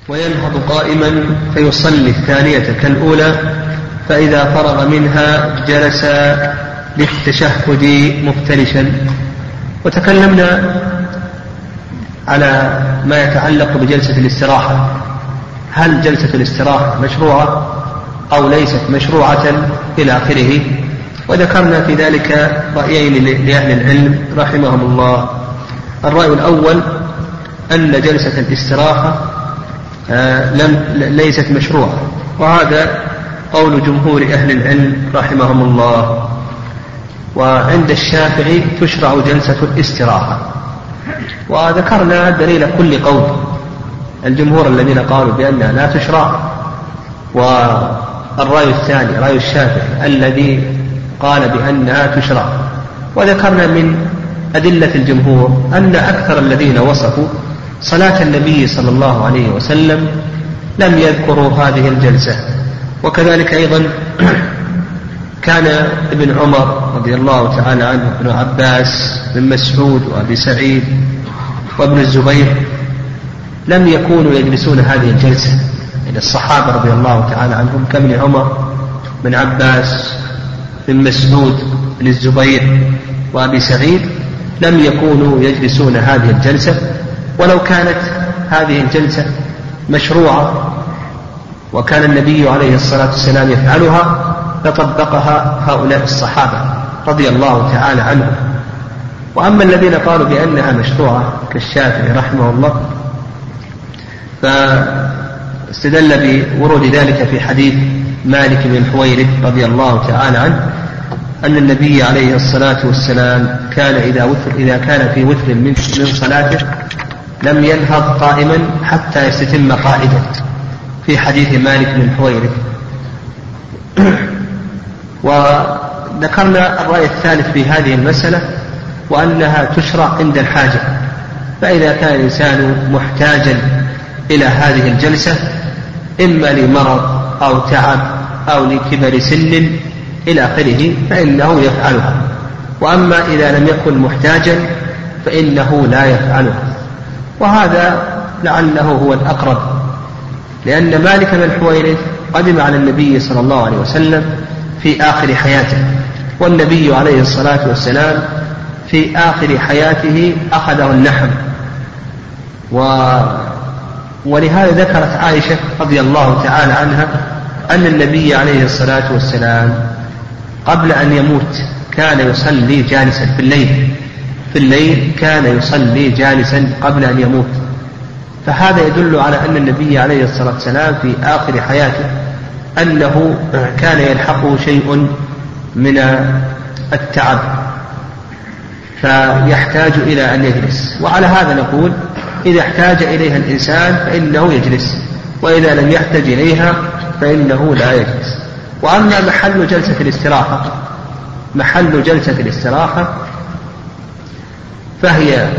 وينهض قائما فيصلي الثانية كالأولى، فإذا فرغ منها جلس للتشهد مفترشا. وتكلمنا على ما يتعلق بجلسة الاستراحة، هل جلسة الاستراحة مشروعة أو ليست مشروعة إلى آخره، وذكرنا في ذلك رأيين لأهل العلم رحمهم الله. الرأي الأول أن جلسة الاستراحة ليست مشروعة، وهذا قول جمهور أهل العلم رحمهم الله. وعند الشافعي تشرع جلسة الاستراحة، وذكرنا دليل كل قول الجمهور الذين قالوا بأنها لا تشرع، والرأي الثاني رأي الشافعي الذي قال بأنها تشرع. وذكرنا من أدلة الجمهور أن أكثر الذين وصفوا صلاة النبي صلى الله عليه وسلم لم يذكروا هذه الجلسة. وكذلك أيضا كان ابن عمر رضي الله تعالى عنه، ابن عباس، ابن مسعود، وأبي سعيد، وابن الزبير لم يكونوا يجلسون هذه الجلسة. يعني الصحابة رضي الله تعالى عنهم كابن عمر، بن عباس، بن مسعود، بن الزبير، وأبي سعيد لم يكونوا يجلسون هذه الجلسة. ولو كانت هذه الجلسة مشروعة وكان النبي عليه الصلاة والسلام يفعلها لطبقها هؤلاء الصحابة رضي الله تعالى عنهم. وأما الذين قالوا بأنها مشروعة كالشافعي رحمه الله فاستدل بورود ذلك في حديث مالك بن الحويرث رضي الله تعالى عنه أن النبي عليه الصلاة والسلام كان إذا كان في وتر من صلاته لم ينهض قائما حتى يستتم قائدا، في حديث مالك بن الحويرث. وذكرنا الرأي الثالث في هذه المسألة، وأنها تشرع عند الحاجة، فإذا كان الإنسان محتاجا إلى هذه الجلسة إما لمرض أو تعب أو لكبر سن إلى آخره فإنه يفعلها. وأما إذا لم يكن محتاجا فإنه لا يفعلها، وهذا لعله هو الأقرب، لأن مالك بن الحويرث قدم على النبي صلى الله عليه وسلم في آخر حياته، والنبي عليه الصلاة والسلام في آخر حياته أخذه النحم. ولهذا ذكرت عائشة رضي الله تعالى عنها أن النبي عليه الصلاة والسلام قبل أن يموت كان يصلي جالسا في الليل كان يصلي جالسا قبل أن يموت. فهذا يدل على أن النبي عليه الصلاة والسلام في آخر حياته أنه كان يلحقه شيء من التعب فيحتاج إلى أن يجلس. وعلى هذا نقول إذا احتاج إليها الإنسان فإنه يجلس، وإذا لم يحتاج إليها فإنه لا يجلس. وأما محل جلسة الاستراحة فهي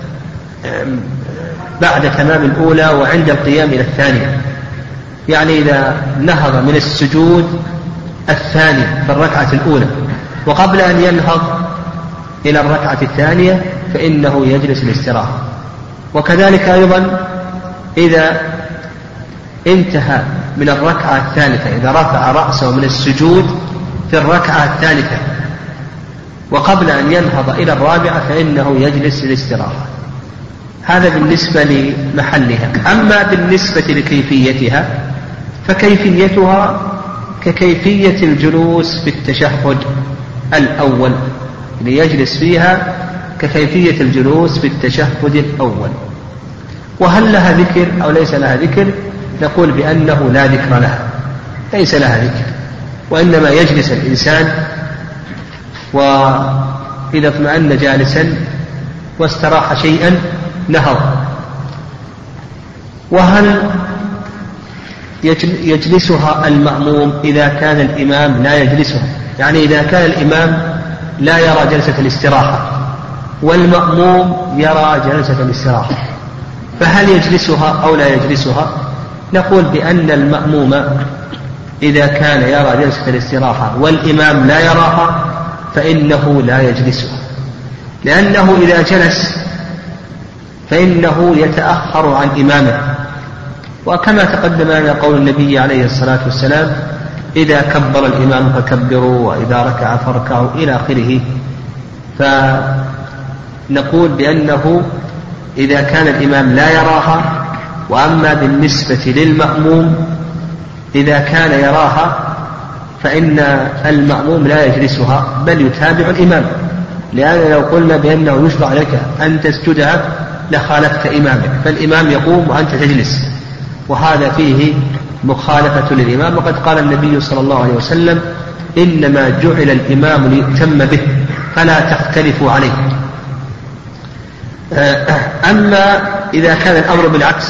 بعد تمام الأولى وعند القيام إلى الثانية، يعني إذا نهض من السجود الثاني في الركعة الأولى وقبل أن ينهض إلى الركعة الثانية فإنه يجلس الاستراحة. وكذلك أيضا إذا انتهى من الركعة الثالثة، إذا رفع رأسه من السجود في الركعة الثالثة وقبل أن ينهض إلى الرابعة فإنه يجلس الاستراحة. هذا بالنسبة لمحلها. أما بالنسبة لكيفيتها فكيفيتها ككيفية الجلوس في التشهد الأول، ليجلس فيها ككيفية الجلوس في التشهد الأول. وهل لها ذكر أو ليس لها ذكر؟ نقول بأنه لا ذكر لها، ليس لها ذكر، وإنما يجلس الإنسان وإذا اطمأن جالسا واستراح شيئا نهض. وهل يجلسها المأموم إذا كان الإمام لا يجلسها؟ يعني إذا كان الإمام لا يرى جلسة الاستراحة والمأموم يرى جلسة الاستراحة فهل يجلسها أو لا يجلسها؟ نقول بأن المأموم إذا كان يرى جلسة الاستراحة والإمام لا يراها فإنه لا يجلسها، لأنه إذا جلس فإنه يتأخر عن إمامه، وكما تقدم لنا قول النبي عليه الصلاة والسلام: إذا كبر الإمام فكبروا، وإذا ركع فاركعوا، إلى آخره. فنقول بأنه إذا كان الإمام لا يراها، وأما بالنسبة للمأموم إذا كان يراها فإن المأموم لا يجلسها بل يتابع الإمام، لأن لو قلنا بأنه يشرع لك أن تسجدها لخالفت إمامك، فالإمام يقوم وأنت تجلس، وهذا فيه مخالفة للإمام. وقد قال النبي صلى الله عليه وسلم: إنما جعل الإمام ليؤتم به فلا تختلفوا عليه. أما إذا كان الأمر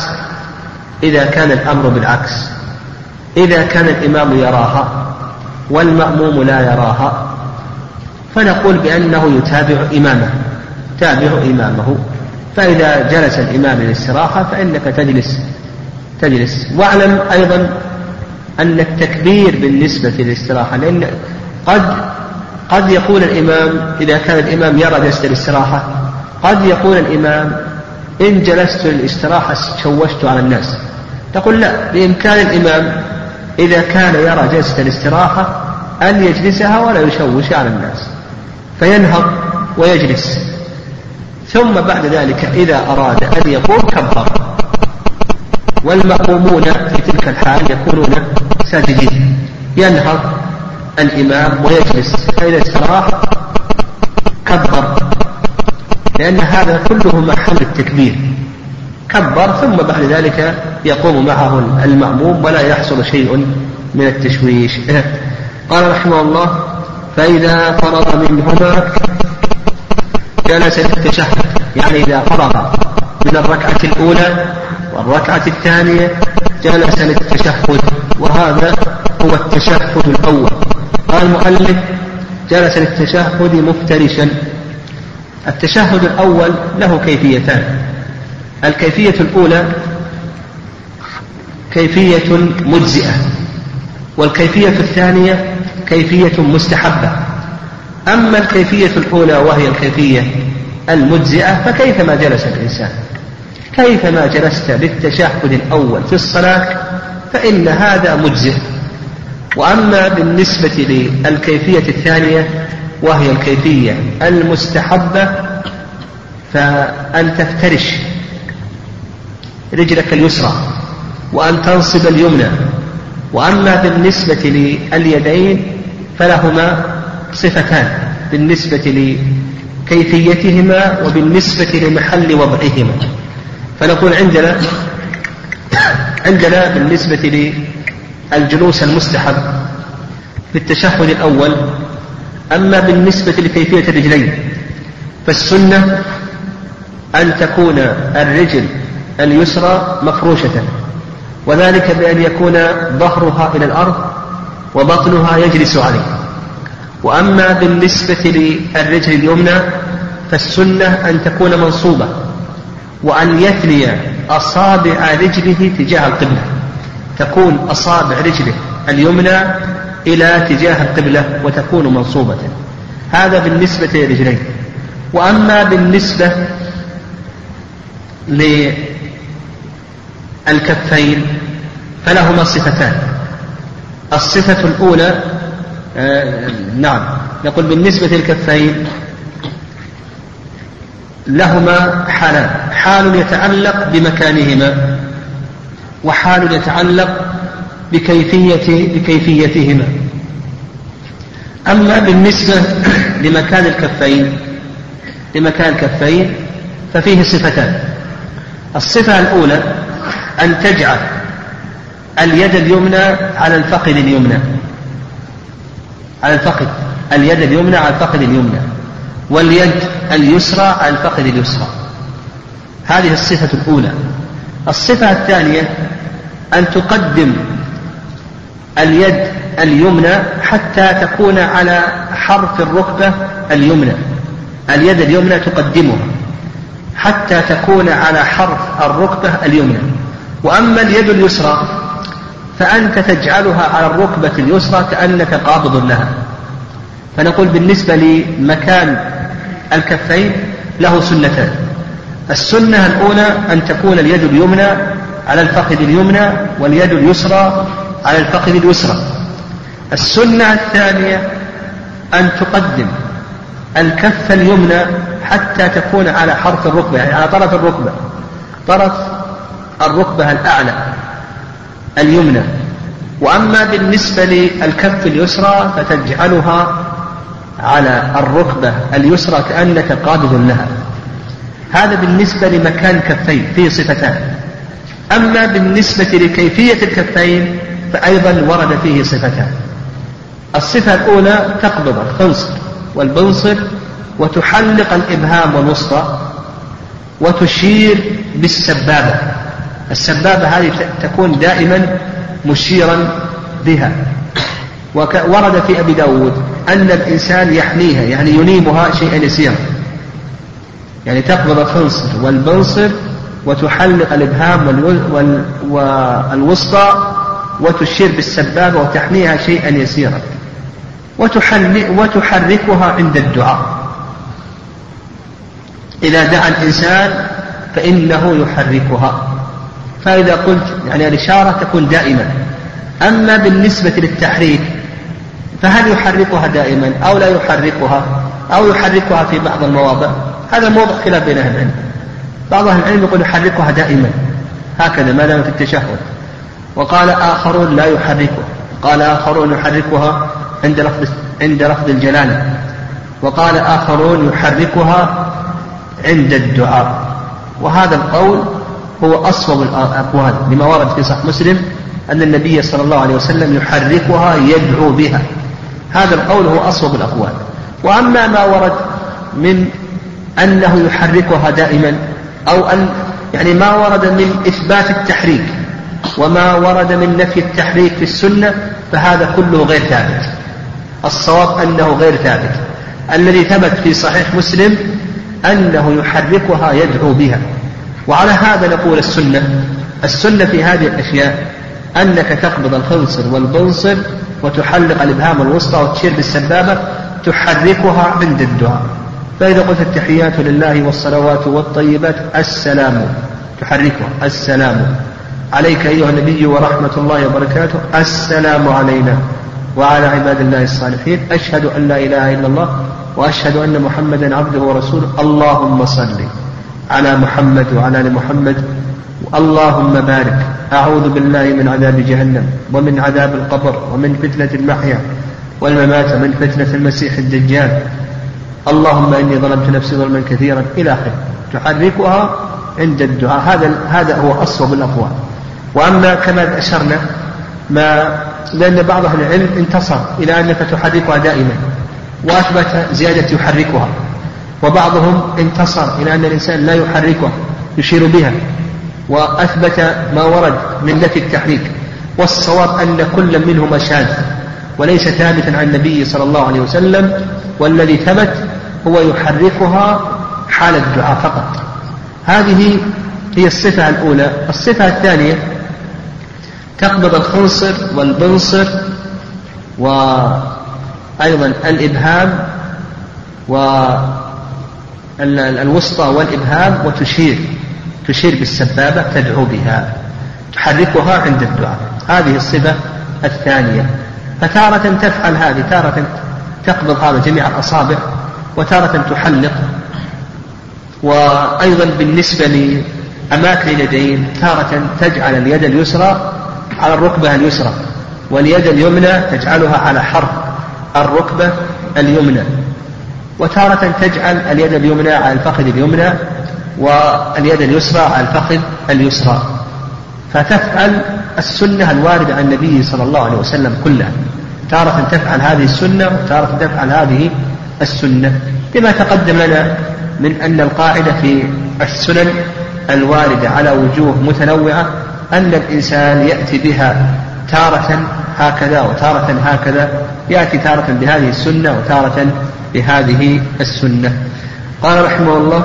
بالعكس، إذا كان الإمام يراها والمأموم لا يراها، فنقول بأنه يتابع إمامه، فإذا جلس الإمام للاستراحة فإنك تجلس. واعلم أيضا أن التكبير بالنسبة للاستراحة، لأن قد يقول الإمام إذا كان الإمام يرى جلسة الاستراحة، قد يقول الإمام: إن جلست للاستراحة شوشت على الناس. تقول: لا، بإمكان الإمام إذا كان يرى جلسة الاستراحة أن يجلسها ولا يشوش على الناس، فينهض ويجلس، ثم بعد ذلك إذا أراد أن يقوم كبر، والمأمومون في تلك الحال يكونون ساجدين. ينهض الإمام ويجلس، فإذا استراح كبر، لأن هذا كله محل التكبير، كبر ثم بعد ذلك يقوم معه المأموم ولا يحصل شيء من التشويش. قال رحمه الله: فإذا فرغ منهما جلس التشهد، يعني إذا فرغ من الركعة الأولى والركعة الثانية جلس للتشهد، وهذا هو التشهد الأول. قال المؤلف: جلس للتشهد مفترشا. التشهد الأول له كيفيتان: الكيفية الأولى كيفية مجزئة، والكيفية الثانية كيفية مستحبة. أما الكيفية الأولى وهي الكيفية المجزئة فكيفما جلس الإنسان، كيفما جلست للتشهد الأول في الصلاة فإن هذا مجزئ. وأما بالنسبة للكيفية الثانية وهي الكيفية المستحبة فأن تفترش رجلك اليسرى وأن تنصب اليمنى. وأما بالنسبة لليدين فلهما صفتان بالنسبة لكيفيتهما وبالنسبة لمحل وضعهما. فنقول عندنا بالنسبة للجلوس المستحب في التشهد الأول، أما بالنسبة لكيفية الرجلين فالسنة أن تكون الرجل اليسرى مفروشة، وذلك بأن يكون ظهرها إلى الأرض وبطنها يجلس عليه. وأما بالنسبة للرجل اليمنى فالسنة أن تكون منصوبة، وأن يثني أصابع رجله تجاه القبلة، تكون أصابع رجله اليمنى إلى تجاه القبلة وتكون منصوبة. هذا بالنسبة للرجلين. وأما بالنسبة للكفين فلهما صفتان. الصفة الأولى نقول بالنسبة للكفين لهما حالان: حال يتعلق بمكانهما، وحال يتعلق بكيفيتهما. أما بالنسبة لمكان الكفين ففيه صفتان. الصفة الأولى أن تجعل اليد اليمنى على الفخذ اليمنى، اليد اليمنى على الفخذ اليمنى، واليد اليسرى على الفخذ اليسرى. هذه الصفة الأولى. الصفة الثانية أن تقدم اليد اليمنى حتى تكون على حرف الركبة اليمنى، اليد اليمنى تقدمها حتى تكون على حرف الركبة اليمنى. وأما اليد اليسرى فأنت تجعلها على الركبة اليسرى كأنك قابض لها. فنقول بالنسبة لمكان الكفين له سنتان: السنة الأولى أن تكون اليد اليمنى على الفخذ اليمنى واليد اليسرى على الفخذ اليسرى. السنة الثانية أن تقدم الكف اليمنى حتى تكون على حرف الركبة، يعني على طرف الركبة، طرف الركبة الأعلى اليمنى. وأما بالنسبة للكف اليسرى فتجعلها على الركبة اليسرى كأنك قابض لها. هذا بالنسبة لمكان الكفين فيه صفتان. أما بالنسبة لكيفية الكفين فأيضا ورد فيه صفتان. الصفة الأولى تقبض الخنصر والبنصر وتحلق الإبهام والوسطى وتشير بالسبابة. السبابة هذه تكون دائما مشيرا بها. ورد في أبي داود أن الإنسان يحنيها، يعني ينيمها شيئا يسيرا، يعني تقبض الخنصر والبنصر وتحلق الإبهام والوسطى وتشير بالسبابة وتحنيها شيئا يسيرا وتحركها عند الدعاء. إذا دعا الإنسان فإنه يحركها. فإذا قلت يعني الإشارة تكون دائما. أما بالنسبة للتحريك فهل يحركها دائما أو لا يحركها أو يحركها في بعض المواضع؟ هذا موضع خلاف بين أهل العلم. بعض أهل العلم يقول يحركها دائما هكذا ما دام في التشهد، وقال آخرون لا يحركها، قال آخرون يحركها عند لفظ الجلالة، وقال آخرون يحركها عند الدعاء. وهذا القول هو أصوب الأقوال لما ورد في صحيح مسلم أن النبي صلى الله عليه وسلم يحركها يدعو بها. هذا القول هو أصوب الأقوال. وأما ما ورد من أنه يحركها دائما أو أن يعني ما ورد من إثبات التحريك وما ورد من نفي التحريك في السنة فهذا كله غير ثابت. الصواب أنه غير ثابت. الذي ثبت في صحيح مسلم أنه يحركها يدعو بها. وعلى هذا نقول السنة في هذه الأشياء أنك تقبض الخنصر والبنصر وتحلق الإبهام الوسطى وتشير بالسبابة تحركها عند الدعاء. فإذا قلت التحيات لله والصلوات والطيبات السلام تحركها السلام عليك أيها النبي ورحمة الله وبركاته، السلام علينا وعلى عباد الله الصالحين، أشهد أن لا إله إلا الله وأشهد أن محمدا عبده ورسوله، اللهم صل على محمد وعلى آل محمد، اللهم بارك، أعوذ بالله من عذاب جهنم ومن عذاب القبر ومن فتنة المحيا والممات ومن فتنة المسيح الدجال، اللهم إني ظلمت نفسي ظلما كثيرا إلى آخره. تحركها عند الدعاء. هذا هو أصوب الأقوال. وأما كما أشرنا لأن بعض أهل العلم انتصر إلى أنك تحركها دائما وأثبت زيادة يحركها، وبعضهم انتصر إلى أن الإنسان لا يحركها يشير بها وأثبت ما ورد من نفي التحريك. والصواب أن كل منهما شاذ وليس ثابتا عن النبي صلى الله عليه وسلم، والذي ثبت هو يحركها حال الدعاء فقط. هذه هي الصفة الأولى. الصفة الثانية تقبض الخنصر والبنصر وأيضا الإبهام والوسطى والإبهام تشير بالسبابة تدعو بها، تحركها عند الدعاء. هذه الصفة الثانية. فتارة تفعل هذه، تارة تقبض هذا جميع الأصابع وتارة تحلق. وأيضا بالنسبة لأماكن اليدين تارة تجعل اليد اليسرى على الركبة اليسرى واليد اليمنى تجعلها على حرف الركبة اليمنى، وتارة تجعل اليد اليمنى على الفخذ اليمنى واليد اليسرى على الفخذ اليسرى. فتفعل السنة الواردة عن النبي صلى الله عليه وسلم كلها. تارة تفعل هذه السنة وتارة تفعل هذه السنة، لما تقدم لنا من أن القاعدة في السنن الواردة على وجوه متنوعة أن الإنسان يأتي بها تارة هكذا وتارة هكذا، يأتي تارة بهذه السنة وتارة بهذه السنة. قال رحمه الله: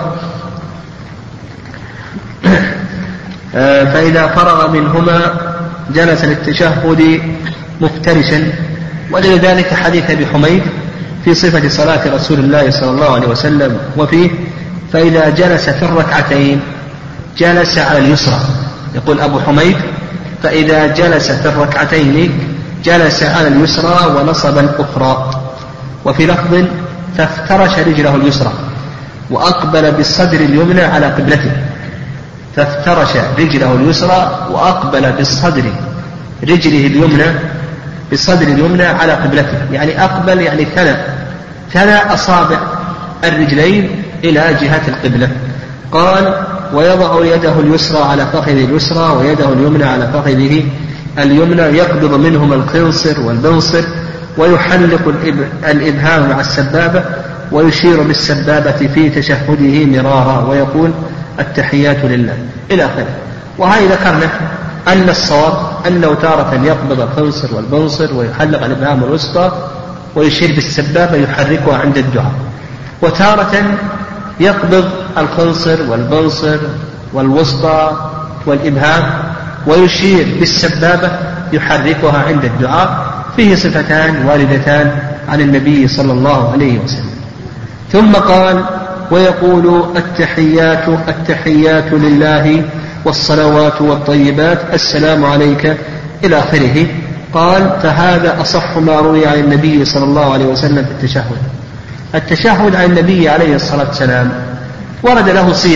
فإذا فرغ منهما جلس للتشهد مفترشا. ولذلك حديث أبي حميد في صفة صلاة رسول الله صلى الله عليه وسلم وفيه: فإذا جلس في الركعتين جلس على اليسرى يقول أبو حميد: فإذا جلس في الركعتين جلس على اليسرى ونصب الأخرى. وفي لفظ: فافترش رجله اليسرى وأقبل بالصدر اليمنى على قبلته. فافترش رجله اليسرى وأقبل بالصدر رجله اليمنى بالصدر اليمنى على قبلته، يعني أقبل يعني ثنى أصابع الرجلين إلى جهة القبلة. قال: ويضع يده اليسرى على فخذه اليسرى ويده اليمنى على فخذه اليمنى، يقبض منهما الخنصر والبنصر، ويحلق الإبهام مع السبابة، ويشير بالسبابة في تشهده مرارا، ويقول: التحيات لله إلى آخره. وهذه ذكرنا أن الصواب أنه تارة يقبض الخنصر والبنصر ويحلق الإبهام الوسطى ويشير بالسبابة يحركها عند الدعاء، وتارة يقبض الخنصر والبنصر والوسطى والإبهام ويشير بالسبابة يحركها عند الدعاء. فيه صفتان واردتان عن النبي صلى الله عليه وسلم. ثم قال: ويقول: التحيات لله والصلوات والطيبات، السلام عليك إلى آخره. قال: فهذا أصح ما روي عن النبي صلى الله عليه وسلم في التشهد. التشهد عن النبي عليه الصلاة والسلام ورد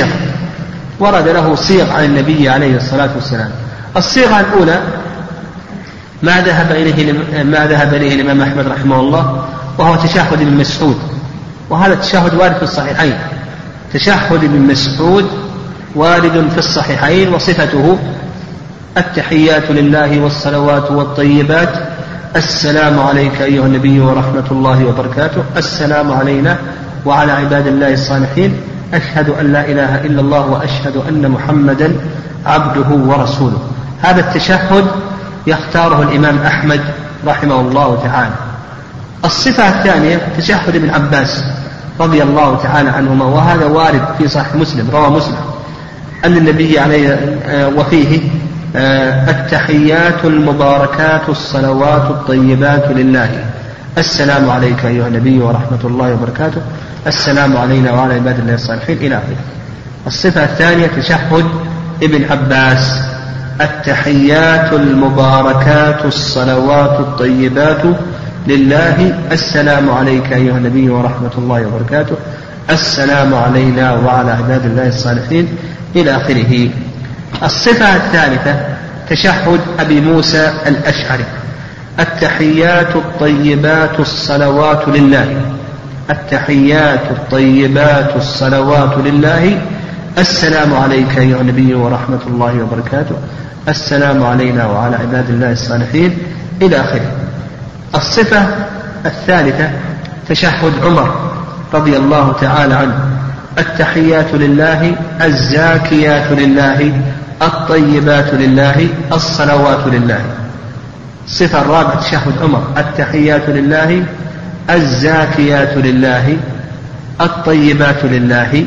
له صيغ عن النبي عليه الصلاة والسلام. الصيغة الأولى ما ذهب إليه الإمام أحمد رحمه الله، وهو تشهد ابن مسعود، وهذا التشهد وارد في الصحيحين. تشهد ابن مسعود وارد في الصحيحين، وصفته: التحيات لله والصلوات والطيبات، السلام عليك أيها النبي ورحمة الله وبركاته، السلام علينا وعلى عباد الله الصالحين، أشهد أن لا إله إلا الله وأشهد أن محمدا عبده ورسوله. هذا التشهد يختاره الإمام أحمد رحمه الله تعالى. الصفة الثانية تشهد ابن عباس رضي الله تعالى عنهما، وهذا وارد في صحيح مسلم، روى مسلم أن النبي عليه وفيه: التحيات المباركات الصلوات الطيبات لله، السلام عليك أيها النبي ورحمة الله وبركاته، السلام علينا وعلى عباد الله الصالحين إلى آخره. الصفة الثانية تشهد ابن عباس: التحيات المباركات الصلوات الطيبات لله، السلام عليك أيها النبي ورحمة الله وبركاته، السلام علينا وعلى عباد الله الصالحين إلى آخره. الصفة الثالثة تشهد أبي موسى الأشعري: التحيات الطيبات الصلوات لله، التحيات الطيبات الصلوات لله، السلام عليك أيها النبي ورحمة الله وبركاته، السلام علينا وعلى عباد الله الصالحين إلى آخره. الصفة الثالثة تشهد عمر رضي الله تعالى عنه: التحيات لله، الزاكيات لله، الطيبات لله، الصلوات لله. الصفة الرابعة تشهد عمر: التحيات لله، الزاكيات لله، الطيبات لله،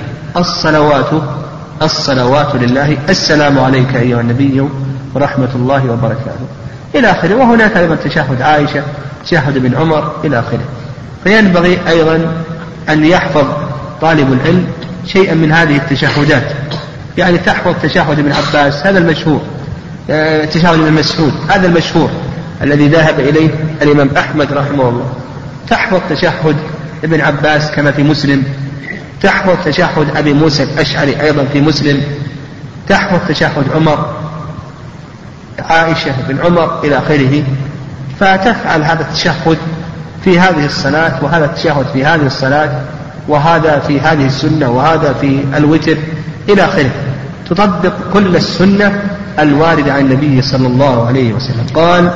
الصلوات لله، السلام عليك أيها النبي ورحمة الله وبركاته إلى آخره. وهناك أيضا تشهد عائشة، تشهد ابن عمر إلى آخره. فينبغي أيضا أن يحفظ طالب العلم شيئا من هذه التشهدات، يعني تحفظ تشهد ابن عباس هذا المشهور، تشهد ابن مسعود هذا المشهور الذي ذهب إليه الإمام أحمد رحمه الله، تحفظ تشهد ابن عباس كما في مسلم، تحفظ تشهد أبي موسى الأشعري أيضا في مسلم، تحفظ تشهد عمر، عائشة بن عمر إلى آخره. فتفعل هذا التشهد في هذه الصلاة، وهذا التشهد في هذه الصلاة، وهذا في هذه السنة، وهذا في الوتر إلى آخره. تطبق كل السنة الواردة عن النبي صلى الله عليه وسلم. قال: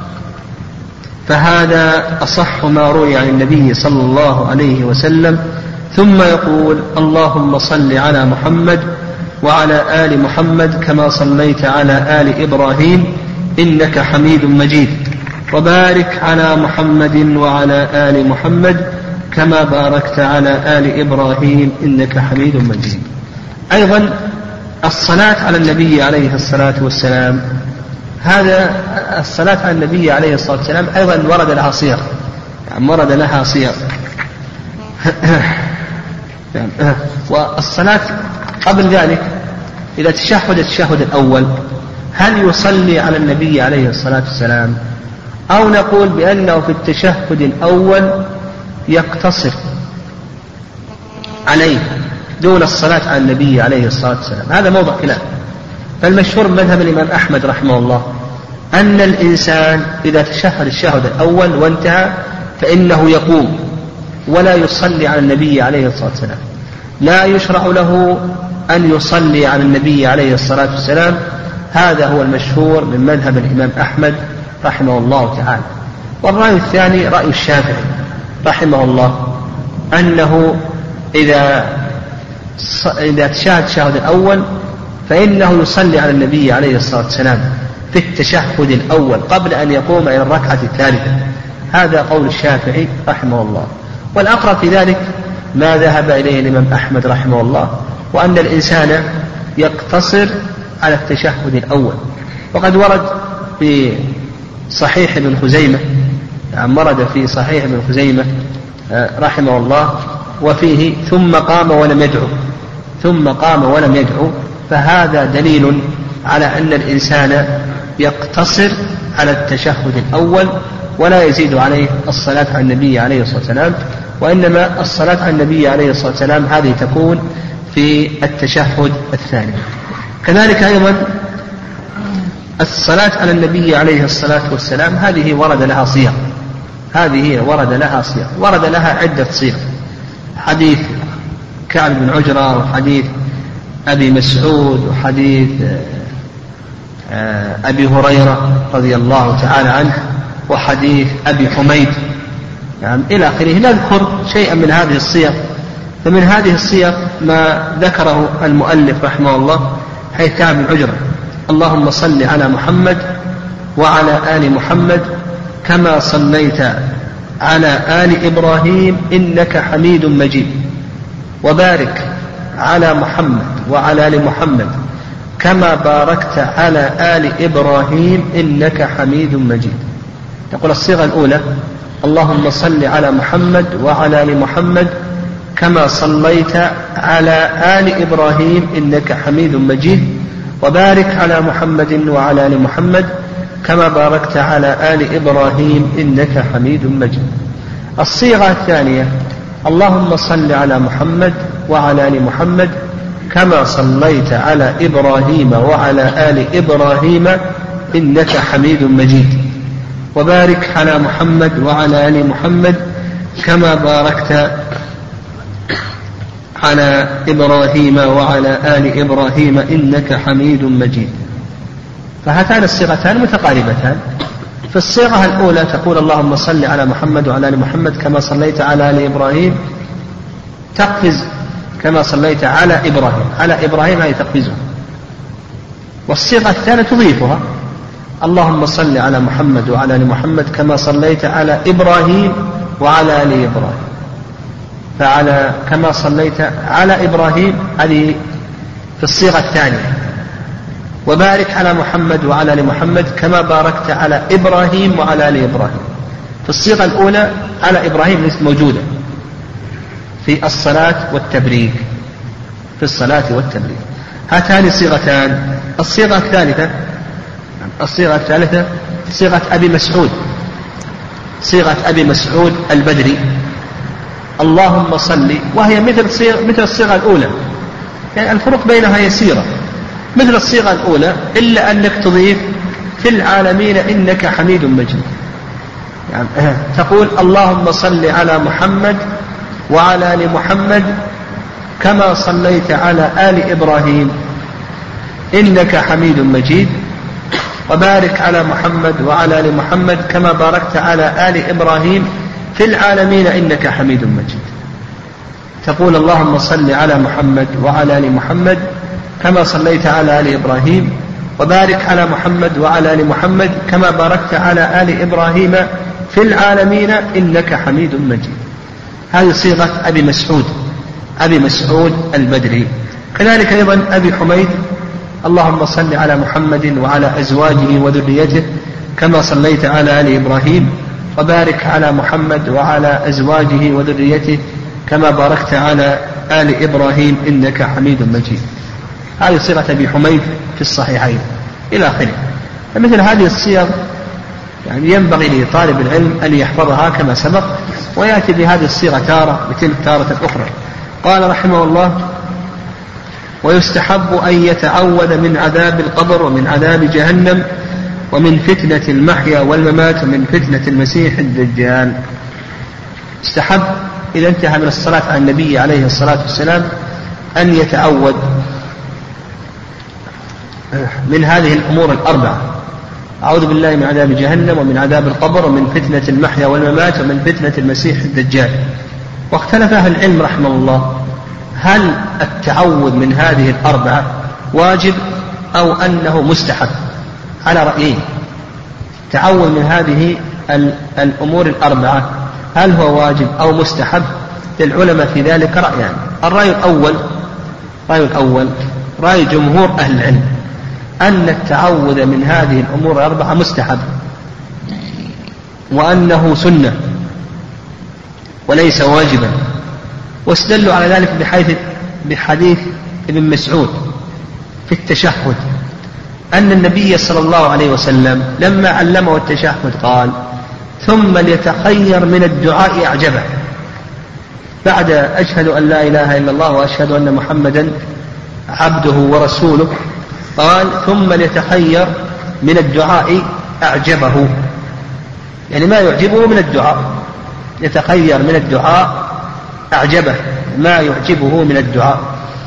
فهذا أصح ما روي عن النبي صلى الله عليه وسلم. ثم يقول: اللهم صل على محمد وعلى آل محمد كما صليت على آل إبراهيم إنك حميد مجيد، وبارك على محمد وعلى آل محمد كما باركت على آل إبراهيم إنك حميد مجيد. أيضا الصلاة على النبي عليه الصلاة والسلام، هذا الصلاة على النبي عليه الصلاة والسلام أيضا ورد لها صيغ، يعني ورد لها صيغ. والصلاة قبل ذلك إذا تشهد التشهد الأول هل يصلي على النبي عليه الصلاة والسلام، أو نقول بأنه في التشهد الأول يقتصر عليه دون الصلاة على النبي عليه الصلاة والسلام؟ هذا موضع خلاف. فالمشهور من مذهب الإمام أحمد رحمه الله أن الإنسان إذا تشهد الشهد الأول وانتهى فإنه يقوم ولا يصلي على النبي عليه الصلاة والسلام، لا يشرع له أن يصلي على النبي عليه الصلاة والسلام. هذا هو المشهور من مذهب الإمام أحمد رحمه الله تعالى. والرأي الثاني رأي الشافعي رحمه الله، أنه إذا تشهد الشهد الأول فإنه يصلي على النبي عليه الصلاة والسلام في التشهد الأول قبل أن يقوم إلى الركعة الثالثة. هذا قول الشافعي رحمه الله. والأقرب في ذلك ما ذهب إليه الإمام أحمد رحمه الله، وأن الإنسان يقتصر على التشهد الأول. وقد ورد في صحيح ابن خزيمة، ورد في صحيح ابن خزيمة رحمه الله وفيه ثم قام ولم يدعو، فهذا دليل على أن الإنسان يقتصر على التشهد الأول ولا يزيد عليه الصلاة على النبي عليه الصلاة والسلام، وإنما الصلاة على النبي عليه الصلاة والسلام هذه تكون في التشهد الثاني. كذلك أيضا الصلاة على النبي عليه الصلاة والسلام هذه ورد لها عدة صيغ. حديث كعب بن عجرة، وحديث أبي مسعود، وحديث أبي هريرة رضي الله تعالى عنه، وحديث أبي حميد إلى آخره. نذكر شيئا من هذه الصيغ. فمن هذه الصيغ ما ذكره المؤلف رحمه الله حيث كعب بن عجرة: اللهم صل على محمد وعلى آل محمد كما صليت على آل إبراهيم إنك حميد مجيد، وبارك على محمد وعلى آل محمد كما باركت على آل إبراهيم إنك حميد مجيد. تقول الصيغة الأولى: اللهم صل على محمد وعلى آل محمد كما صليت على آل إبراهيم إنك حميد مجيد، وبارك على محمد وعلى آل محمد كما باركت على آل إبراهيم إنك حميد مجيد. الصيغة الثانية: اللهم صل على محمد وعلى آل محمد كما صليت على إبراهيم وعلى آل إبراهيم إنك حميد مجيد، وبارك على محمد وعلى آل محمد كما باركت على إبراهيم وعلى آل إبراهيم إنك حميد مجيد. فهاتان الصيغتان متقاربتان. في الصيغة الأولى تقول: اللهم صل على محمد وعلى آل محمد كما صليت على آل إبراهيم، تقفز كما صليت على إبراهيم، على إبراهيم هي تقفزه. والصيغة الثانية تضيفها: اللهم صل على محمد وعلى آل محمد كما صليت على إبراهيم وعلى آل إبراهيم. فعلى كما صليت على إبراهيم هذه في الصيغة الثانية، وبارك على محمد وعلى آل محمد كما باركت على إبراهيم وعلى آل إبراهيم. في الصيغة الأولى على إبراهيم ليست موجودة في الصلاة والتبريك، في الصلاة والتبريك. هاتان صيغتان. الصيغة الثالثة صيغة أبي مسعود، صيغة أبي مسعود البدري: اللهم صل، وهي مثل الصيغة الأولى، يعني الفروق بينها يسيرة، مثل الصيغة الأولى إلا أنك تضيف في العالمين إنك حميد مجيد. يعني تقول: اللهم صل على محمد وعلى آل محمد كما صليت على آل إبراهيم إنك حميد مجيد، وبارك على محمد وعلى آل محمد كما باركت على آل إبراهيم في العالمين إنك حميد مجيد. تقول: اللهم صل على محمد وعلى آل محمد كما صليت على آل إبراهيم، وبارك على محمد وعلى آل محمد كما باركت على آل إبراهيم في العالمين إنك حميد مجيد. هذه صيغة أبي مسعود البدري. كذلك أيضا أبي حميد: اللهم صل على محمد وعلى أزواجه وذريته كما صليت على آل إبراهيم، وبارك على محمد وعلى أزواجه وذريته كما باركت على آل إبراهيم إنك حميد مجيد. هذه صيغة أبي حميد في الصحيحين. إلى آخره. فمثل هذه الصيغ يعني ينبغي لطالب العلم أن يحفظها كما سبق، ويأتي بهذه الصيغة تارة بتلك تارة أخرى. قال رحمه الله: ويستحب أن يتعوذ من عذاب القبر ومن عذاب جهنم ومن فتنة المحيا والممات ومن فتنة المسيح الدجال. استحب إذا انتهى من الصلاة على النبي عليه الصلاة والسلام أن يتعوذ من هذه الأمور الأربعة: أعوذ بالله من عذاب جهنم ومن عذاب القبر ومن فتنة المحيا والممات ومن فتنة المسيح الدجال. واختلف أهل العلم رحمه الله هل التعوذ من هذه الأربعة واجب أو أنه مستحب، على رأيين. التعوذ من هذه الأمور الأربعة هل هو واجب أو مستحب؟ للعلماء في ذلك رأيان. الرأي الأول رأي جمهور أهل العلم أن التعوذ من هذه الأمور الأربعة مستحب، وأنه سنة وليس واجبا، واستدلوا على ذلك بحديث ابن مسعود في التشهد أن النبي صلى الله عليه وسلم لما علمه التشهد قال: ثم ليتخير من الدعاء أعجبه. بعد أشهد أن لا إله إلا الله وأشهد أن محمدا عبده ورسوله قال: ثم ليتخير من الدعاء أعجبه، يعني ما يعجبه من الدعاء، يتخير من الدعاء أعجبه ما يعجبه من الدعاء.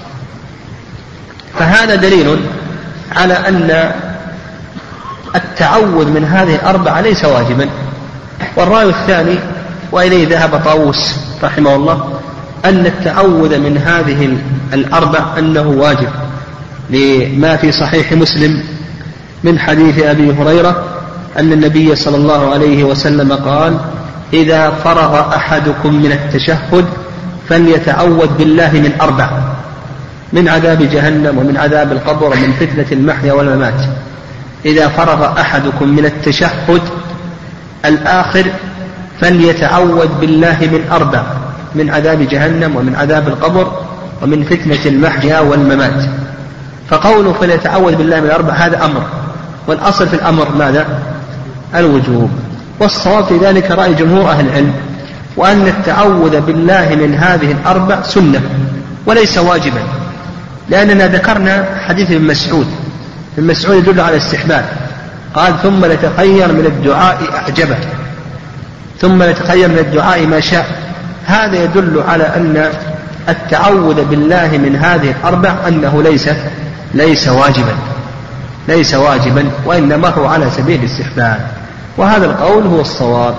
فهذا دليل على أن التعوذ من هذه الأربعة ليس واجبا. والرأي الثاني وإليه ذهب طاووس رحمه الله أن التعوذ من هذه الأربع أنه واجب، لما في صحيح مسلم من حديث أبي هريرة أن النبي صلى الله عليه وسلم قال: إذا فرغ أحدكم من التشهد فليتعوذ بالله من أربع: من عذاب جهنم ومن عذاب القبر ومن فتنة المحيا والممات. إذا فرغ أحدكم من التشهد الآخر فليتعوذ بالله من أربع: من عذاب جهنم ومن عذاب القبر ومن فتنة المحيا والممات. فقوله فليتعوذ بالله من أربع هذا أمر، والأصل في الأمر ماذا؟ الوجوب. والصواب في ذلك رأي جمهور أهل العلم، وأن التعوذ بالله من هذه الأربع سنة وليس واجبا، لأننا ذكرنا حديث ابن مسعود. ابن مسعود يدل على الاستحباب، قال: ثم ليتخير من الدعاء أعجبه، ثم ليتخير من الدعاء ما شاء. هذا يدل على أن التعوذ بالله من هذه الأربع أنه ليس واجبا وإنما هو على سبيل الاستحباب، وهذا القول هو الصواب.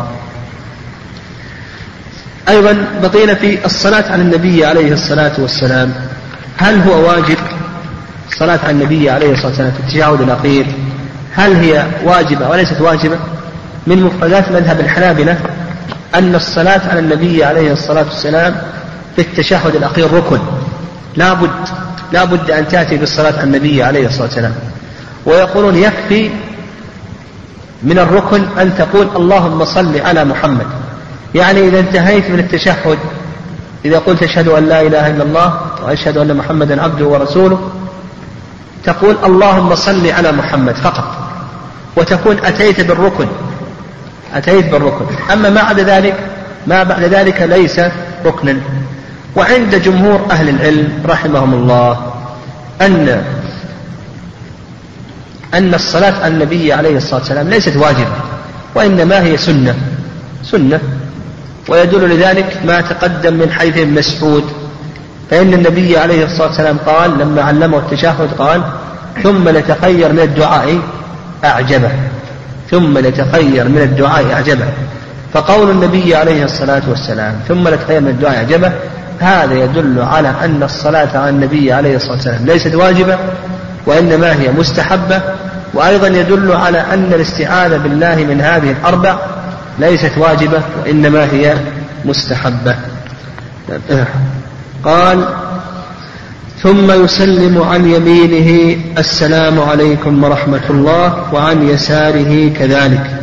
أيضا بقينا في الصلاة على النبي عليه الصلاة والسلام، هل هو واجب الصلاة على النبي عليه الصلاة والسلام في التشهد الأخير؟ هل هي واجبة وليست واجبة؟ من مفردات مذهب الحنابلة أن الصلاة على النبي عليه الصلاة والسلام في التشهد الأخير ركن، لا بد أن تأتي بالصلاة على النبي عليه الصلاة والسلام. ويقولون يكفي من الركن أن تقول اللهم صل على محمد، يعني إذا انتهيت من التشهد، إذا قلت أشهد أن لا إله إلا الله وأشهد أن محمدا عبده ورسوله، تقول اللهم صل على محمد فقط، وتكون أتيت بالركن. أما ما بعد ذلك ليس ركنا. وعند جمهور أهل العلم رحمهم الله أن الصلاة على النبي عليه الصلاة والسلام ليست واجبة، وإنما هي سنة. ويدل لذلك ما تقدم من حديث ابن مسعود، فإن النبي عليه الصلاة والسلام قال لما علمه التشهد قال: ثم ليتخير من الدعاء أعجبه. فقول النبي عليه الصلاة والسلام ثم ليتخير من الدعاء أعجبه هذا يدل على أن الصلاة على النبي عليه الصلاة والسلام ليست واجبة وإنما هي مستحبة. وأيضا يدل على أن الاستعاذة بالله من هذه الأربع ليست واجبة وإنما هي مستحبة. قال: ثم يسلم عن يمينه السلام عليكم ورحمة الله، وعن يساره كذلك.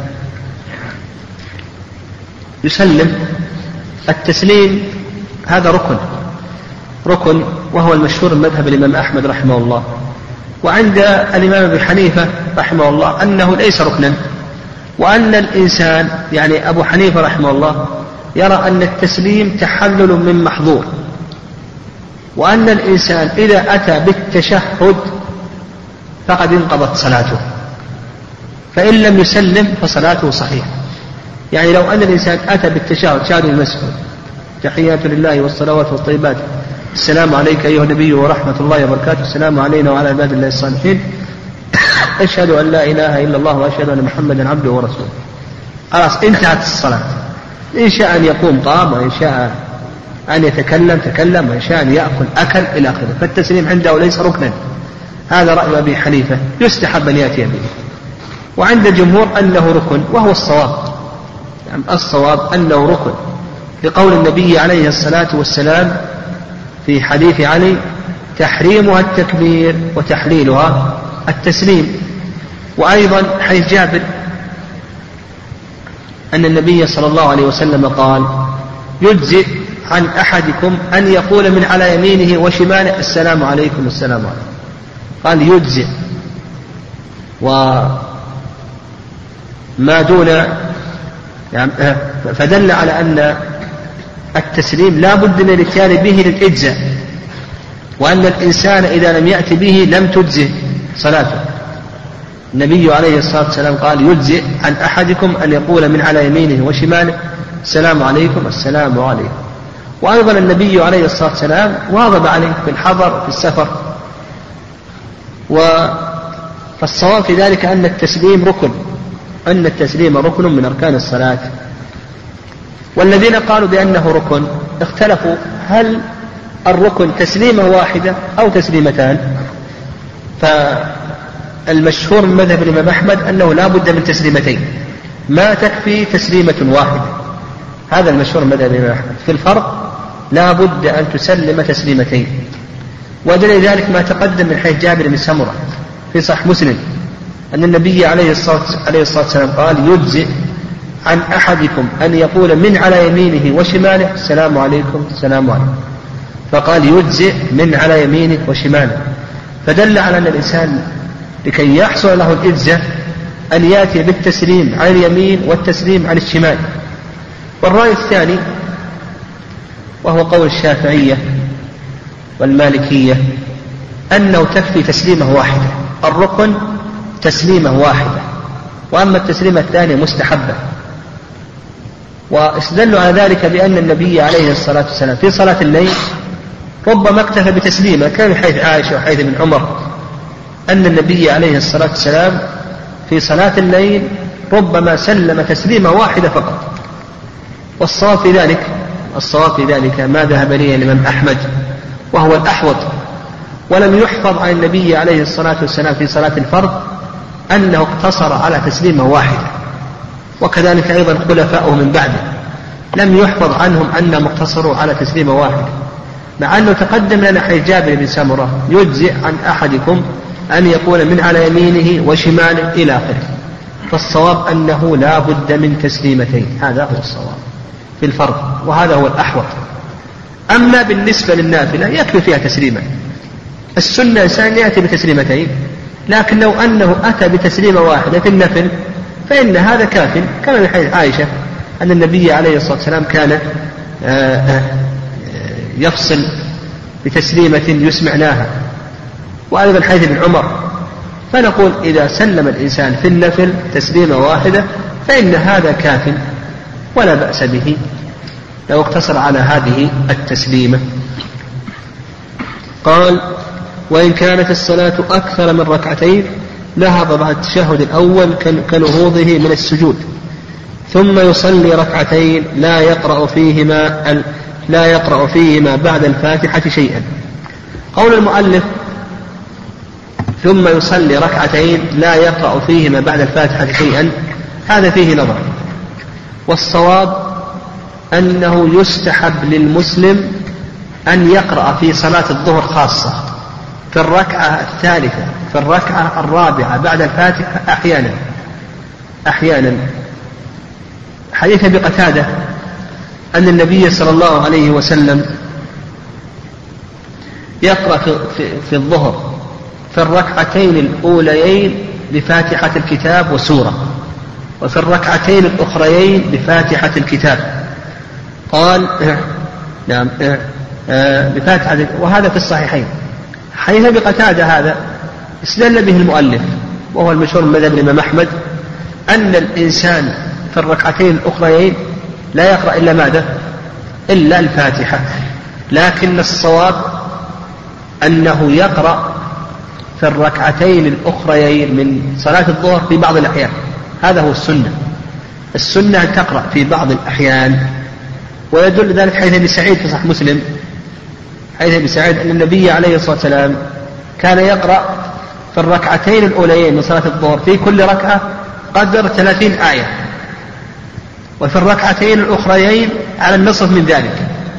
يسلم التسليم هذا ركن، وهو المشهور من مذهب الإمام أحمد رحمه الله، وعند الإمام أبي حنيفة رحمه الله أنه ليس ركنا، وأن الإنسان يعني أبو حنيفة رحمه الله يرى أن التسليم تحلل من محظور، وأن الإنسان إذا أتى بالتشهد فقد انقضت صلاته، فإن لم يسلم فصلاته صحيحة. يعني لو أن الإنسان أتى بالتشهد شهادة المسجد تحيات لله والصلوات والطيبات السلام عليك أيها النبي ورحمة الله وبركاته السلام علينا وعلى عباد الله الصالحين أشهد أن لا إله إلا الله وأشهد أن محمدا عبده ورسوله، خلاص انتهت الصلاة. إن شاء أن يقوم قام، وإن شاء أن يتكلم تكلم، وإن شاء أن يأكل أكل إلى آخره. فالتسليم عنده ليس ركنا، هذا رأي أبي حنيفة، يستحب أن يأتي به. وعند الجمهور أنه ركن، وهو الصواب، يعني الصواب أنه ركن لقول النبي عليه الصلاة والسلام في حديث علي تحريمها التكبير وتحليلها التسليم. وأيضا حديث جابر أن النبي صلى الله عليه وسلم قال يجزئ عن أحدكم أن يقول من على يمينه وشماله السلام عليكم السلام عليكم، قال يجزئ، وما دون يعني فدل على أن التسليم لا بد من الاتيان به للإجزاء، وأن الإنسان إذا لم يأتي به لم تجزئ صلاته. النبي عليه الصلاة والسلام قال يجزئ عن أحدكم أن يقول من على يمينه وشماله السلام عليكم السلام عليكم. وأيضا النبي عليه الصلاة والسلام واظب عليه في الحضر في السفر. فالصواب في ذلك أن التسليم ركن، أن التسليم ركن من أركان الصلاة. والذين قالوا بأنه ركن اختلفوا هل الركن تسليمة واحدة أو تسليمتان. فالمشهور من مذهب الإمام أحمد أنه لا بد من تسليمتين، ما تكفي تسليمة واحدة، هذا المشهور من مذهب الإمام أحمد. في الفرق لا بد أن تسلم تسليمتين، ودليل ذلك ما تقدم من حديث جابر بن سمرة في صحيح مسلم أن النبي عليه الصلاة والسلام قال يجزئ عن أحدكم أن يقول من على يمينه وشماله السلام عليكم السلام عليكم، فقال يجزئ من على يمينه وشماله، فدل على أن الإنسان لكي يحصل له الإجزاء أن يأتي بالتسليم عن اليمين والتسليم عن الشمال. والرأي الثاني وهو قول الشافعية والمالكية أنه تكفي تسليمة واحدة، الركن تسليمة واحدة، وأما التسليمة الثانية مستحبة. واستدلوا على ذلك بأن النبي عليه الصلاة والسلام في صلاة الليل ربما اكتفى بتسليمة، كان حيث عائشة وحيث ابن عمر أن النبي عليه الصلاة والسلام في صلاة الليل ربما سلم تسليمة واحدة فقط. والصواب في ذلك ما ذهب إليه الإمام أحمد وهو الأحوط، ولم يحفظ عن النبي عليه الصلاة والسلام في صلاة الفرض أنه اقتصر على تسليمة واحدة، وكذلك أيضا خلفاؤه من بعده لم يحفظ عنهم أنهم اقتصروا على تسليمة واحدة، مع أنه تقدم لنا حديث جابر بن سمرة يجزئ عن أحدكم أن يقول من على يمينه وشماله إلى آخره. فالصواب أنه لا بد من تسليمتين، هذا هو الصواب في الفرض، وهذا هو الأحوط. أما بالنسبة للنافلة يكفي فيها تسليمة، السنة إنسان يأتي بتسليمتين، لكن لو أنه أتى بتسليمة واحدة في النفل فإن هذا كاف، كما في حديث عائشة أن النبي عليه الصلاة والسلام كان يفصل بتسليمة يسمعناها، وأيضا حديث ابن عمر. فنقول إذا سلم الإنسان في النفل تسليمة واحدة فإن هذا كاف ولا بأس به لو اقتصر على هذه التسليمة. قال وإن كانت الصلاة أكثر من ركعتين نهض بعد التشهد الأول كنهوضه من السجود، ثم يصلي ركعتين لا يقرأ فيهما بعد الفاتحة شيئا. قول المؤلف ثم يصلي ركعتين لا يقرأ فيهما بعد الفاتحة شيئا، هذا فيه نظر، والصواب أنه يستحب للمسلم أن يقرأ في صلاة الظهر خاصة في الركعة الثالثة في الركعة الرابعة بعد الفاتحة أحيانا. حديث أبي قتادة أن النبي صلى الله عليه وسلم يقرأ في الظهر في الركعتين الأوليين بفاتحة الكتاب وسورة، وفي الركعتين الأخريين بفاتحة الكتاب. قال نعم بفاتحة، وهذا في الصحيحين. حديث أبي قتادة هذا استدل به المؤلف، وهو المشهور من مذهب الإمام أحمد، أن الإنسان في الركعتين الأخريين لا يقرأ إلا ماذا؟ إلا الفاتحة، لكن الصواب أنه يقرأ في الركعتين الأخريين من صلاة الظهر في بعض الأحيان. هذا هو السنة. السنة أن تقرأ في بعض الأحيان، ويدل ذلك حديث أبي سعيد في صحيح مسلم، حديث أبي سعيد أن النبي عليه الصلاة والسلام كان يقرأ في الركعتين الأوليين من صلاة الظهر في كل ركعة قدر 30 آية، وفي الركعتين الأخريين على النصف من ذلك.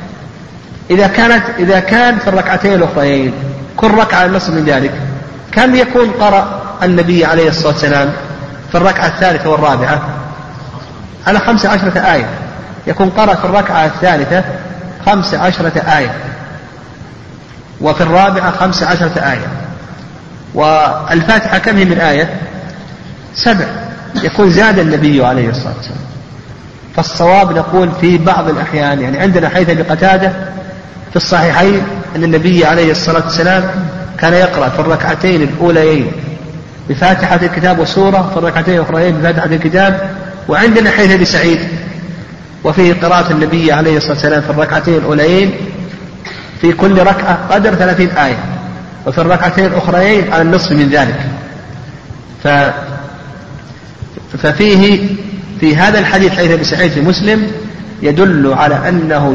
إذا كان في الركعتين الأخريين كل ركعة على النصف من ذلك، كم يكون قرأ النبي عليه الصلاة والسلام في الركعة الثالثة والرابعة؟ على 15 آية. يكون قرأ في الركعة الثالثة 15 آية، وفي الرابعة 15 آية. والفاتحة كم هي من آية؟ 7. يكون زاد النبي عليه الصلاة والسلام. فالصواب نقول في بعض الأحيان، يعني عندنا حديث أبي قتادة في الصحيحين أن النبي عليه الصلاة والسلام كان يقرأ في الركعتين الأوليين بفاتحة الكتاب وسورة، في الركعتين الأخرين بفاتحة الكتاب. وعندنا حديث أبي سعيد وفيه قراءة النبي عليه الصلاة والسلام في الركعتين الأوليين في كل ركعة قدر 30 آية، وفي الركعتين الأخرين على النصف من ذلك. ففيه في هذا الحديث حديث أبي سعيد في مسلم يدل على أنه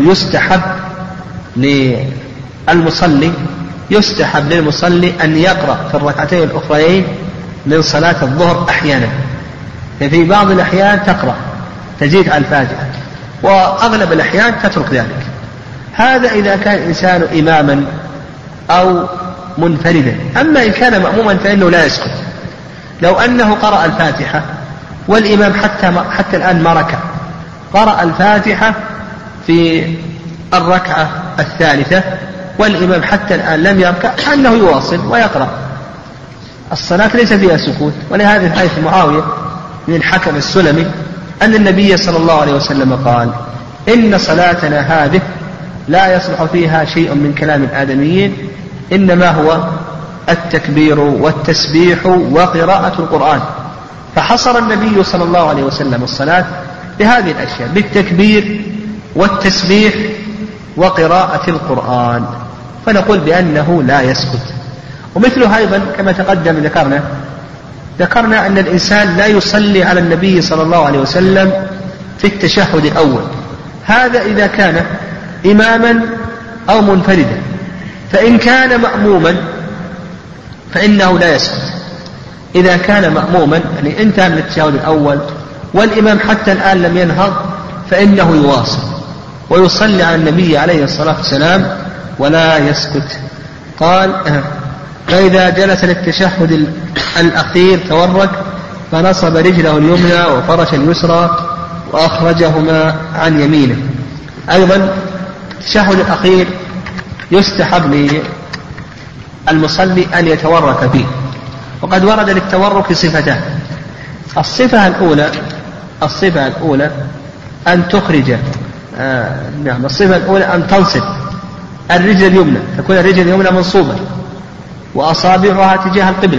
يستحب للمصلي أن يقرأ في الركعتين الأخرين من صلاة الظهر أحيانا. ففي بعض الأحيان تقرأ تزيد على الفاتحة، وأغلب الأحيان تترك ذلك. هذا إذا كان الإنسان إماما أو منفردا. أما إن كان مأموما فإنه لا يسكت. لو أنه قرأ الفاتحة والإمام حتى الآن ما ركع، قرأ الفاتحة في الركعة الثالثة والإمام حتى الآن لم يركع، فإنه يواصل ويقرأ. الصلاة ليس فيها سكوت. ولهذا في حديث معاوية بن الحكم السلمي أن النبي صلى الله عليه وسلم قال: إن صلاتنا هذه لا يصلح فيها شيء من كلام الآدميين، إنما هو التكبير والتسبيح وقراءة القرآن. فحصر النبي صلى الله عليه وسلم الصلاة بهذه الأشياء، بالتكبير والتسبيح وقراءة القرآن. فنقول بأنه لا يسكت. ومثله أيضا كما تقدم ذكرنا أن الإنسان لا يصلي على النبي صلى الله عليه وسلم في التشهد الأول. هذا إذا كان إماما أو منفردا. فإن كان مأموما فإنه لا يسكت. إذا كان مأموما يعني انتهى من التشهد الأول والإمام حتى الآن لم ينهض، فإنه يواصل ويصلي على النبي عليه الصلاة والسلام ولا يسكت. قال: فإذا جلس للتشهد الأخير تورك فنصب رجله اليمنى وفرش اليسرى وأخرجهما عن يمينه. أيضا التشهد الأخير يستحب للمصلي أن يتورك فيه. وقد ورد للتورك صفتان. الصفة الأولى أن تخرج الصفة الأولى أن تنصب الرجل اليمنى، تكون الرجل اليمنى منصوبة وأصابعها تجاه القبلة،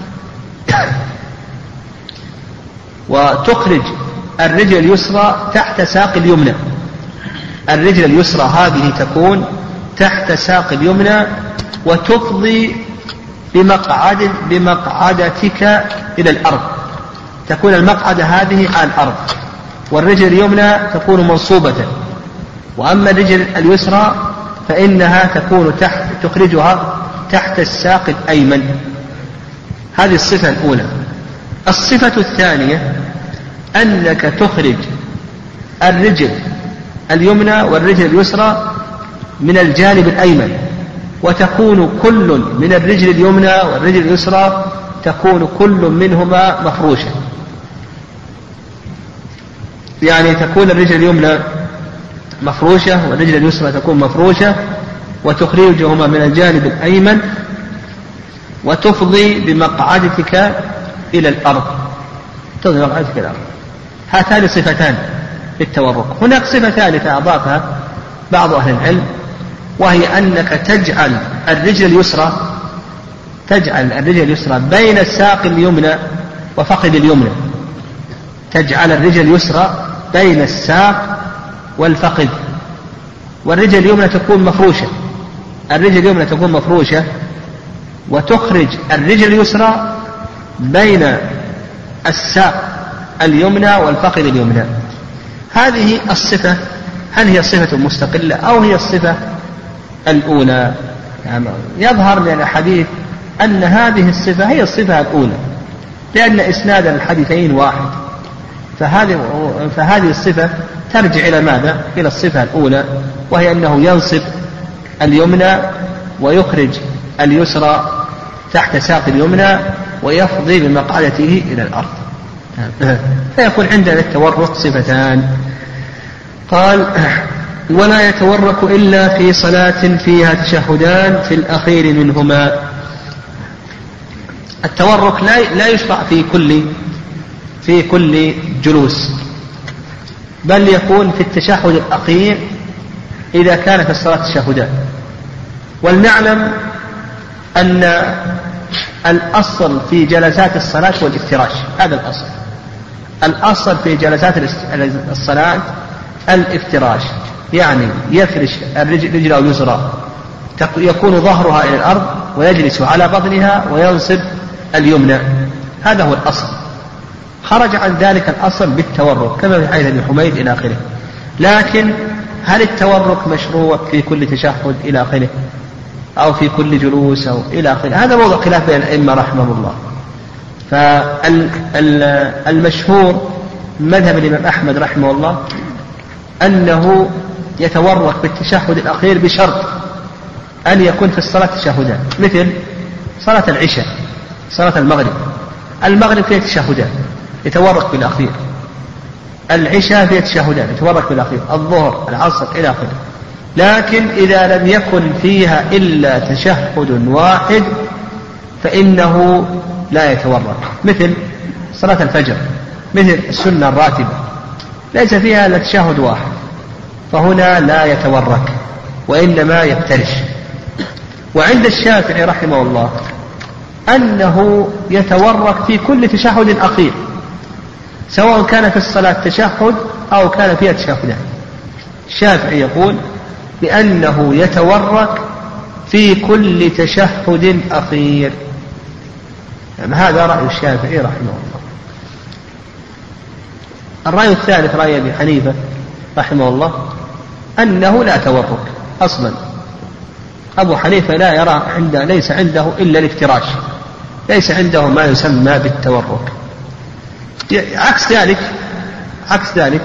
وتخرج الرجل اليسرى تحت ساق اليمنى. الرجل اليسرى هذه تكون تحت ساق اليمنى وتفضي بمقعدتك إلى الأرض. تكون المقعدة هذه على الأرض، والرجل اليمنى تكون منصوبة. وأما الرجل اليسرى فإنها تكون تخرجها تحت الساق الأيمن. هذه الصفة الأولى. الصفة الثانية أنك تخرج الرجل اليمنى والرجل اليسرى من الجانب الأيمن، وتكون كل من الرجل اليمنى والرجل اليسرى تكون كل منهما مفروشة. يعني تكون الرجل اليمنى مفروشة والرجل اليسرى تكون مفروشة، وتخرجهما من الجانب الأيمن وتفضي بمقعدتك إلى الأرض. تفضي بمقعدتك إلى الأرض. هاتان صفتان للتورك. هناك صفة ثالثة أضافها بعض أهل العلم، وهي أنك تجعل الرجل اليسرى بين الساق اليمنى وفخذ اليمنى. تجعل الرجل اليسرى بين الساق والفخذ، والرجل اليمنى تكون مفروشة، وتخرج الرجل اليسرى بين الساق اليمنى والفخذ اليمنى. هذه الصفة هل هي صفة مستقلة أو هي الصفة الأولى؟ يعني يظهر من الحديث أن هذه الصفة هي الصفة الأولى، لأن إسناد الحديثين واحد، فهذه الصفة ترجع إلى ماذا؟ إلى الصفة الأولى، وهي أنه ينصب اليمنى ويخرج اليسرى تحت ساق اليمنى ويفضي بمقعدته إلى الأرض. فيكون عندنا التورك صفتان. قال: ولا يتورك إلا في صلاة فيها تشهدان في الأخير منهما. التورك لا يشرع في كل جلوس، بل يكون في التشهد الأخير إذا كان في الصلاة تشهدان. ولنعلم أن الأصل في جلسات الصلاة هو الافتراش. هذا الأصل في جلسات الصلاة الافتراش، يعني يفرش رجله اليسرى يكون ظهرها إلى الأرض ويجلس على بطنها وينصب اليمنى. هذا هو الأصل. خرج عن ذلك الأصل بالتورك كما في حديث ابن حميد إلى آخره. لكن هل التورك مشروع في كل تشهد إلى آخره أو في كل جلوس أو إلى آخره؟ هذا موضوع خلاف بين الأئمة رحمهم الله. فالمشهور مذهب الإمام أحمد رحمه الله أنه يتورك بالتشهد الأخير بشرط أن يكون في الصلاة تشهدان، مثل صلاة العشاء، صلاة المغرب فيها تشهدان يتورك بالأخير، العشاء فيها تشهدان يتورك بالأخير، الظهر، العصر إلى آخره. لكن إذا لم يكن فيها إلا تشهد واحد فإنه لا يتورك، مثل صلاة الفجر، مثل السنة الراتبة ليس فيها إلا تشهد واحد، فهنا لا يتورك وإنما يفترش. وعند الشافعي رحمه الله أنه يتورك في كل تشهد أخير، سواء كان في الصلاة تشهد أو كان فيها تشهدان. الشافعي يقول بأنه يتورك في كل تشهد أخير. يعني هذا رأي الشافعي رحمه الله. الرأي الثالث رأي أبي حنيفة رحمه الله أنه لا تورك أصلا. أبو حنيفة لا يرى ليس عنده إلا الافتراش، ليس عنده ما يسمى بالتورك. عكس ذلك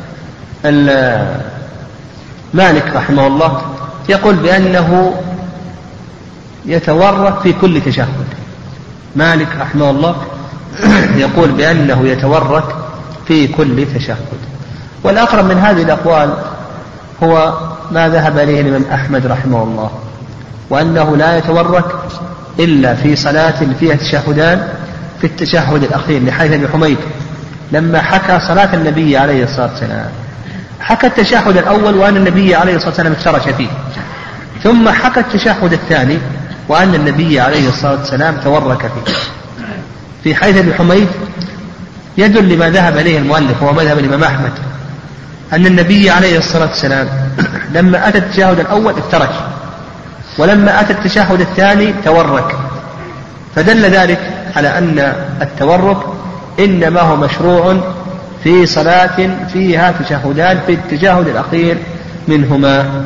مالك رحمه الله يقول بأنه يتورك في كل تشهد. مالك رحمه الله يقول بأنه يتورك في كل تشهد. والأقرب من هذه الأقوال هو ما ذهب إليه الإمام أحمد رحمه الله، وأنه لا يتورك إلا في صلاة فيها تشهدان في التشهد الأخير، لحديث ابن حميد لما حكى صلاة النبي عليه الصلاة والسلام، حكى التشهد الأول وأن النبي عليه الصلاة والسلام افترش فيه، ثم حكى التشهد الثاني وأن النبي عليه الصلاة والسلام تورك فيه. في حديث ابن حميد يدل لما ذهب إليه المؤلف وهو مذهب الإمام أحمد، أن النبي عليه الصلاة والسلام لما أتى التشهد الأول افترش، ولما أتى التشهد الثاني تورك، فدل ذلك على أن التورك إنما هو مشروع في صلاة فيها تشهدان في التشهد الأخير منهما.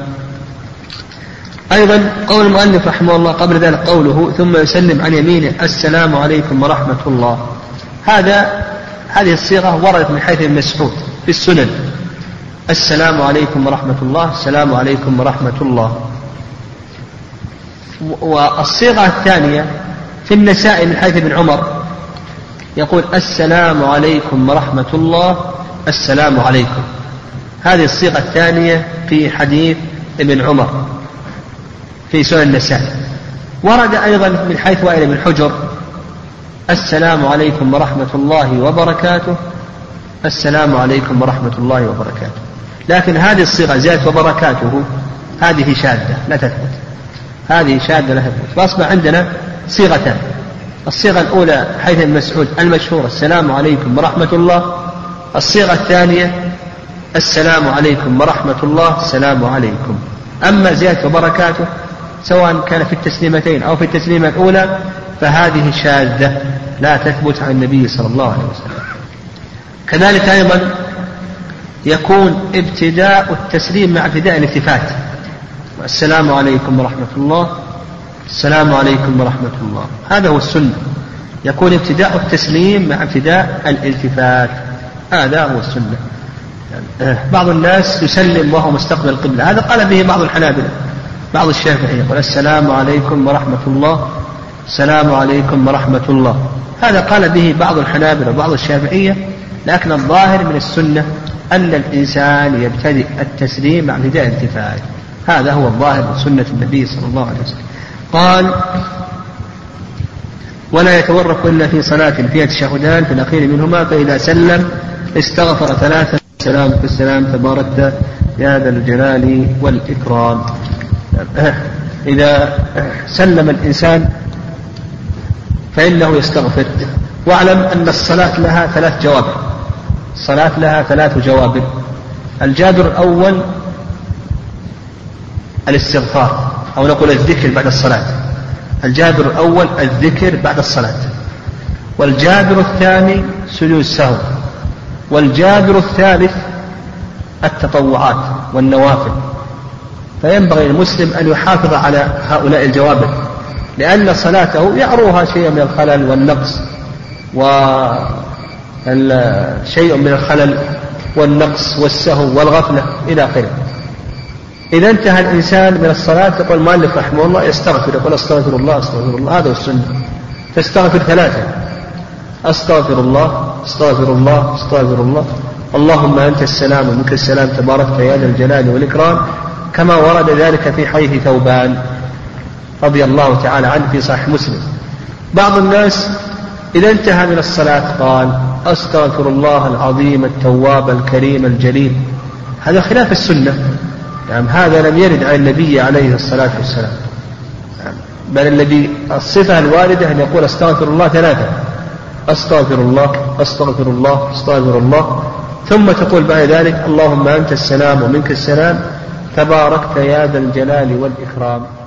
أيضا قول المؤلف رحمه الله قبل ذلك قوله ثم يسلم عن يمينه السلام عليكم ورحمة الله. هذه الصيغة وردت من حيث ابن مسعود في السنن، السلام عليكم ورحمة الله، السلام عليكم ورحمة الله. والصيغة الثانية في النسائي من حيث ابن عمر يقول السلام عليكم ورحمة الله، السلام عليكم. هذه الصيغة الثانية في حديث ابن عمر في سنن النسائي. ورد أيضا من حيث وائل بن حجر: السلام عليكم ورحمة الله وبركاته، السلام عليكم ورحمة الله وبركاته. لكن هذه الصيغة زيادة وبركاته هذه شاذة لا تثبت، هذه شاذة لا تثبت. فأصبح عندنا صيغتان: الصيغة الأولى حيث ابن مسعود المشهور السلام عليكم ورحمة الله، الصيغة الثانية السلام عليكم ورحمة الله السلام عليكم. أما زيادة وبركاته سواء كان في التسليمتين أو في التسليمة الأولى فهذه شاذة لا تثبت عن النبي صلى الله عليه وسلم. كذلك أيضا يكون ابتداء التسليم مع ابتداء الالتفات: السلام عليكم ورحمة الله، السلام عليكم ورحمة الله. هذا هو السنة، يكون ابتداء التسليم مع ابتداء الالتفات، هذا هو السنة. بعض الناس يسلم وهو مستقبل القبلة، هذا قال به بعض الحنابلة، بعض الشافعية يقول السلام عليكم ورحمة الله، السلام عليكم ورحمة الله. هذا قال به بعض الحنابلة وبعض الشافعية، لكن الظاهر من السنة أن الإنسان يبتدئ التسليم مع ابتداء الالتفات، هذا هو الظاهر من سنة النبي صلى الله عليه وسلم. قال: ولا يتورك إلا في صلاة فيها تشهدان في الأخير منهما، فإذا سلم استغفر ثلاثا: السلام في السلام تباركت يا ذا الجلال والإكرام. إذا سلم الإنسان فإنه يستغفر. واعلم أن الصلاة لها 3 جوابر، الصلاة لها 3 جوابر. الجابر الأول الاستغفار، أو نقول الذكر بعد الصلاة. الجابر الأول الذكر بعد الصلاة، والجابر الثاني سجود السهو، والجابر الثالث التطوعات والنوافل. فينبغي المسلم أن يحافظ على هؤلاء الجوابر، لأن صلاته يعروها شيء من الخلل والنقص، وشيء من الخلل والنقص والسهو والغفلة إلى آخره. إذا انتهى الإنسان من الصلاة يقول المؤلف رحمه الله يستغفر، يقول استغفر الله استغفر الله، هذا هو السنة. تستغفر 3: استغفر الله استغفر الله استغفر الله، اللهم أنت السلام ومنك السلام تباركت يا ذا الجلال والإكرام، كما ورد ذلك في حديث ثوبان رضي الله تعالى عنه في صحيح مسلم. بعض الناس إذا انتهى من الصلاة قال أستغفر الله العظيم التواب الكريم الجليل، هذا خلاف السنة. يعني هذا لم يرد عن النبي عليه الصلاة والسلام، بل الذي الصفة الواردة أن يقول أستغفر الله 3: أستغفر الله أستغفر الله أستغفر الله، ثم تقول بعد ذلك اللهم أنت السلام ومنك السلام تباركت يا ذا الجلال والإكرام.